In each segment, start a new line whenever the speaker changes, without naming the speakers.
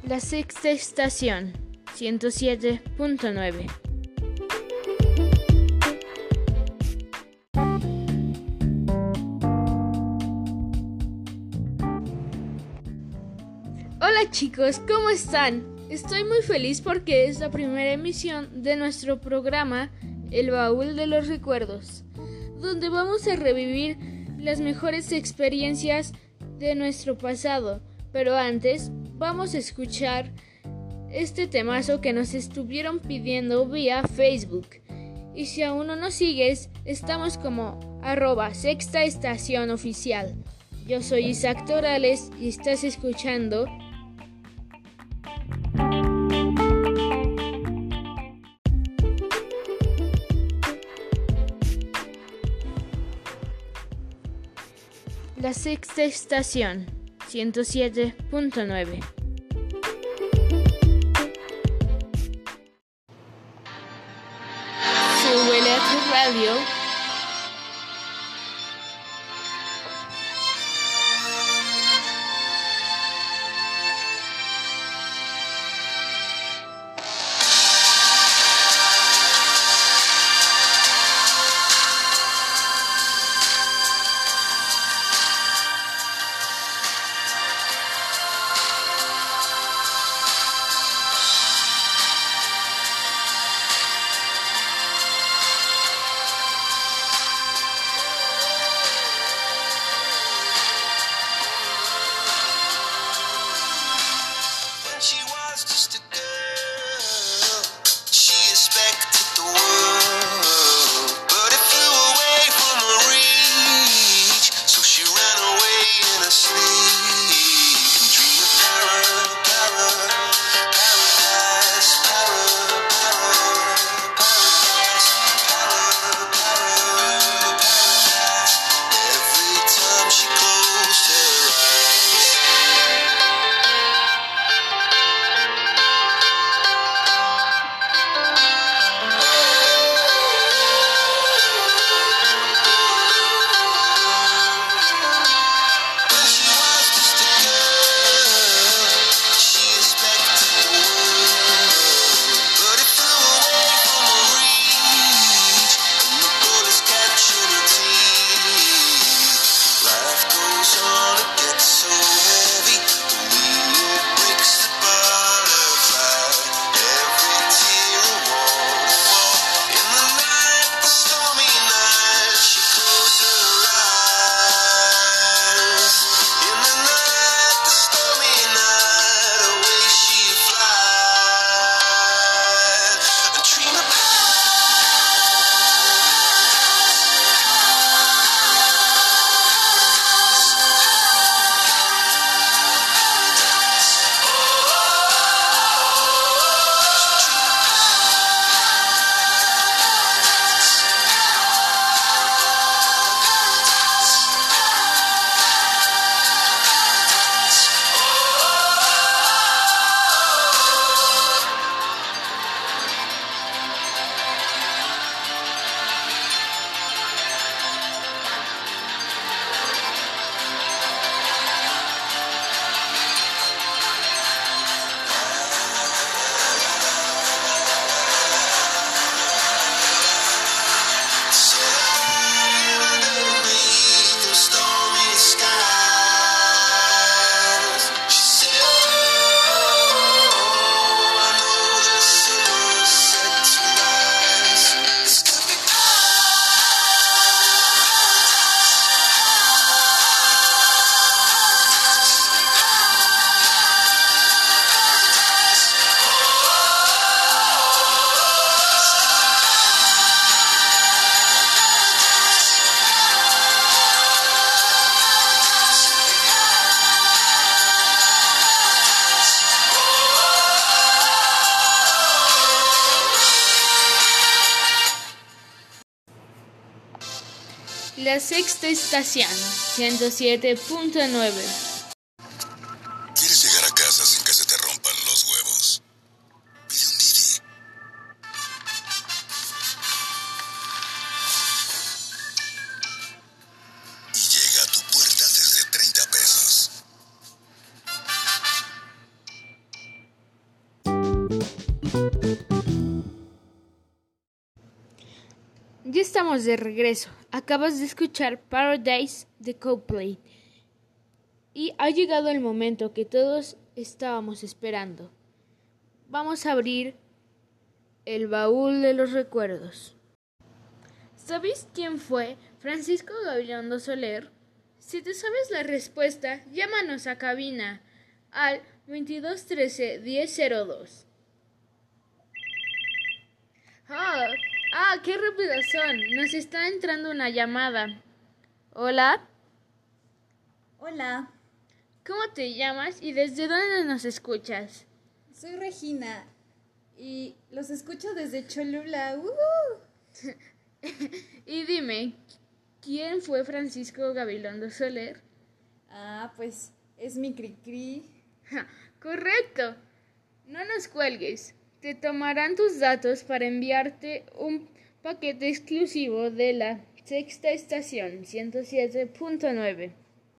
La sexta estación, 107.9. Hola chicos, ¿cómo están? Estoy muy feliz porque es la primera emisión de nuestro programa El Baúl de los Recuerdos, donde vamos a revivir las mejores experiencias de nuestro pasado. Pero antes, vamos a escuchar este temazo que nos estuvieron pidiendo vía Facebook. Y si aún no nos sigues, estamos como @sextaestacionoficial. Yo soy Isaac Torales y estás escuchando la sexta estación, 107.9. Se huele a tu radio. La sexta estación, 107.9.
¿Quieres llegar a casa sin que se te rompan los huevos? Pide un Didi. Y llega a tu puerta desde 30 pesos.
estamos de regreso. Acabas de escuchar Paradise de Coldplay. Y ha llegado el momento que todos estábamos esperando. Vamos a abrir el baúl de los recuerdos. ¿Sabes quién fue Francisco Gabilondo Soler? Si te sabes la respuesta, llámanos a cabina al 2213 1002. ¡Qué rápidos son! Nos está entrando una llamada. ¿Hola?
Hola,
¿Cómo te llamas y desde dónde nos escuchas?
soy Regina y los escucho desde Cholula.
Y dime, ¿quién fue Francisco Gabilondo Soler?
Pues es mi cri-cri.
Correcto. No nos cuelgues. Te tomarán tus datos para enviarte un paquete exclusivo de la sexta estación 107.9.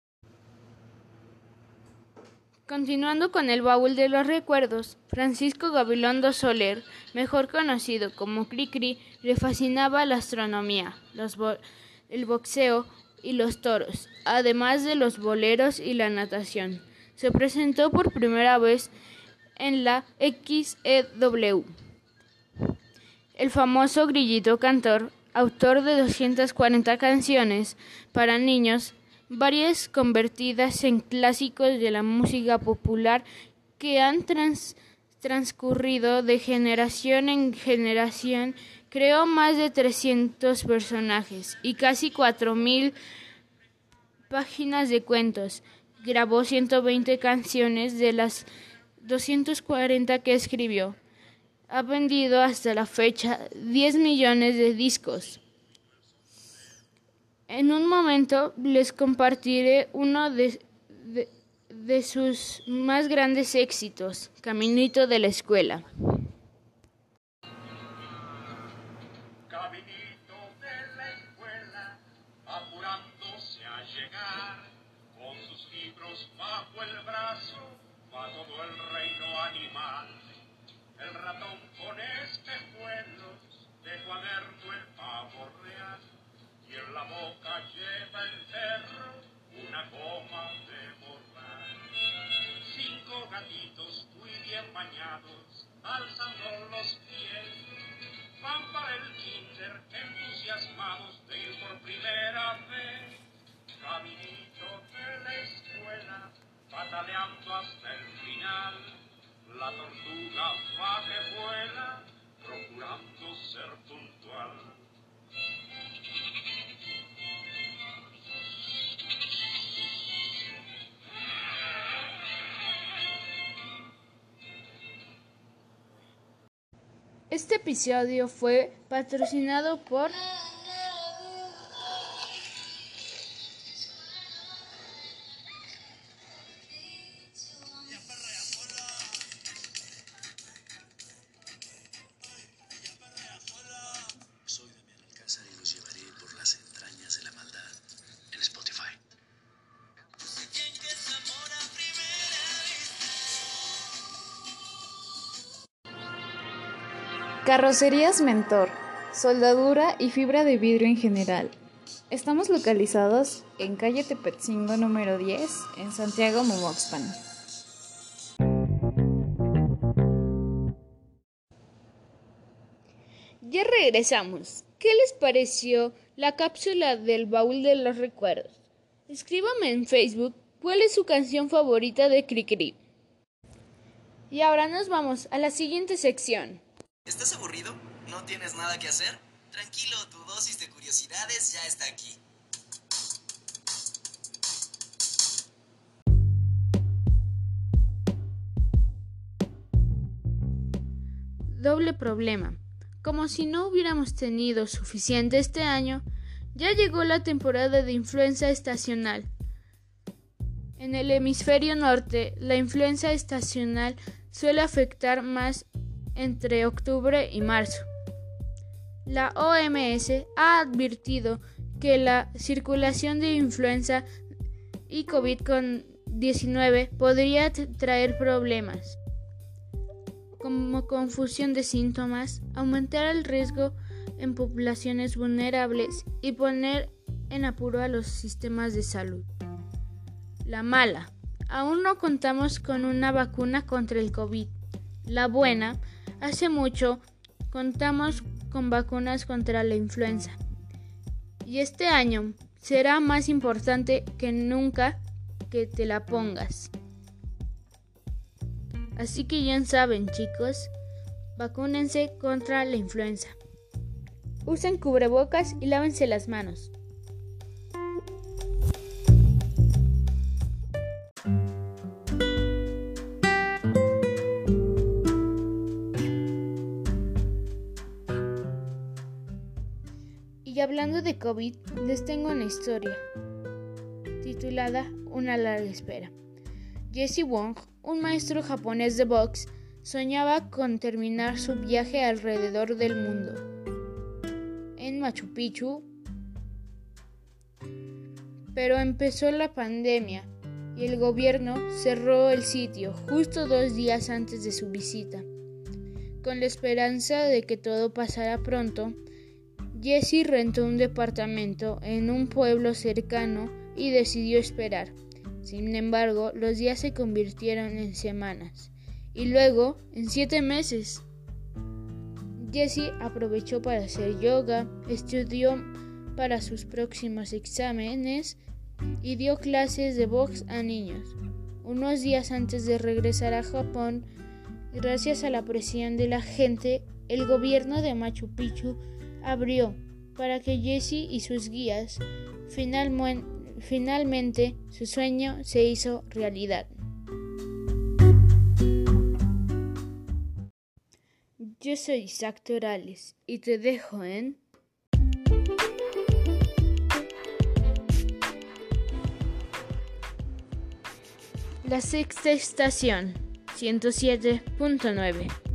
Continuando con el baúl de los recuerdos, Francisco Gabilondo Soler, mejor conocido como Cri-Cri, le fascinaba la astronomía, el boxeo y los toros, además de los boleros y la natación. Se presentó por primera vez en la XEW. El famoso Grillito Cantor, autor de 240 canciones para niños, varias convertidas en clásicos de la música popular que han transcurrido de generación en generación, creó más de 300 personajes y casi 4,000 páginas de cuentos. Grabó 120 canciones de las 240 que escribió. Ha vendido hasta la fecha 10 millones de discos. En un momento les compartiré uno de sus más grandes éxitos, Caminito de la Escuela.
Caminito de la escuela, apurándose a llegar, con sus libros bajo el brazo, va todo el reino animal. El ratón con espejuelos, de cuaderno el pavo real, y en la boca lleva el perro una goma de borrar. 5 gatitos muy bien bañados, alzando los pies, van para el kinder entusiasmados de ir por primera vez. Caminito de la escuela, pataleando hasta el final, la tortuga va que vuela, procurando ser puntual.
Este episodio fue patrocinado por
Soy Damián Alcázar y los llevaré por las entrañas de la maldad en Spotify.
Carrocerías Mentor, soldadura y fibra de vidrio en general. Estamos localizados en calle Tepetzingo número 10, en Santiago Momoxpan.
Ya regresamos. ¿Qué les pareció la cápsula del baúl de los recuerdos? Escríbame en Facebook cuál es su canción favorita de Cri-Cri. Y ahora nos vamos a la siguiente sección.
¿Estás aburrido? ¿No tienes nada que hacer? Tranquilo, tu dosis de curiosidades ya está aquí.
Doble problema. Como si no hubiéramos tenido suficiente este año, ya llegó la temporada de influenza estacional. En el hemisferio norte, la influenza estacional suele afectar más entre octubre y marzo. La OMS ha advertido que la circulación de influenza y COVID-19 podría traer problemas como confusión de síntomas, aumentar el riesgo en poblaciones vulnerables y poner en apuro a los sistemas de salud. La mala. Aún no contamos con una vacuna contra el COVID. La buena. Hace mucho contamos con vacunas contra la influenza. Y este año será más importante que nunca que te la pongas. Así que ya saben, chicos, vacúnense contra la influenza. Usen cubrebocas y lávense las manos. Y hablando de COVID, les tengo una historia titulada Una larga espera. Jesse Wong, un maestro japonés de box, soñaba con terminar su viaje alrededor del mundo en Machu Picchu, pero empezó la pandemia y el gobierno cerró el sitio justo 2 días antes de su visita. Con la esperanza de que todo pasara pronto, Jesse rentó un departamento en un pueblo cercano y decidió esperar. Sin embargo, los días se convirtieron en semanas y luego en 7 meses. Jesse aprovechó para hacer yoga, estudió para sus próximos exámenes y dio clases de box a niños. Unos días antes de regresar a Japón, gracias a la presión de la gente, el gobierno de Machu Picchu abrió para que Jesse y sus guías finalmente su sueño se hizo realidad. Yo soy Isaac Torales y te dejo en La Sexta Estación 107.9.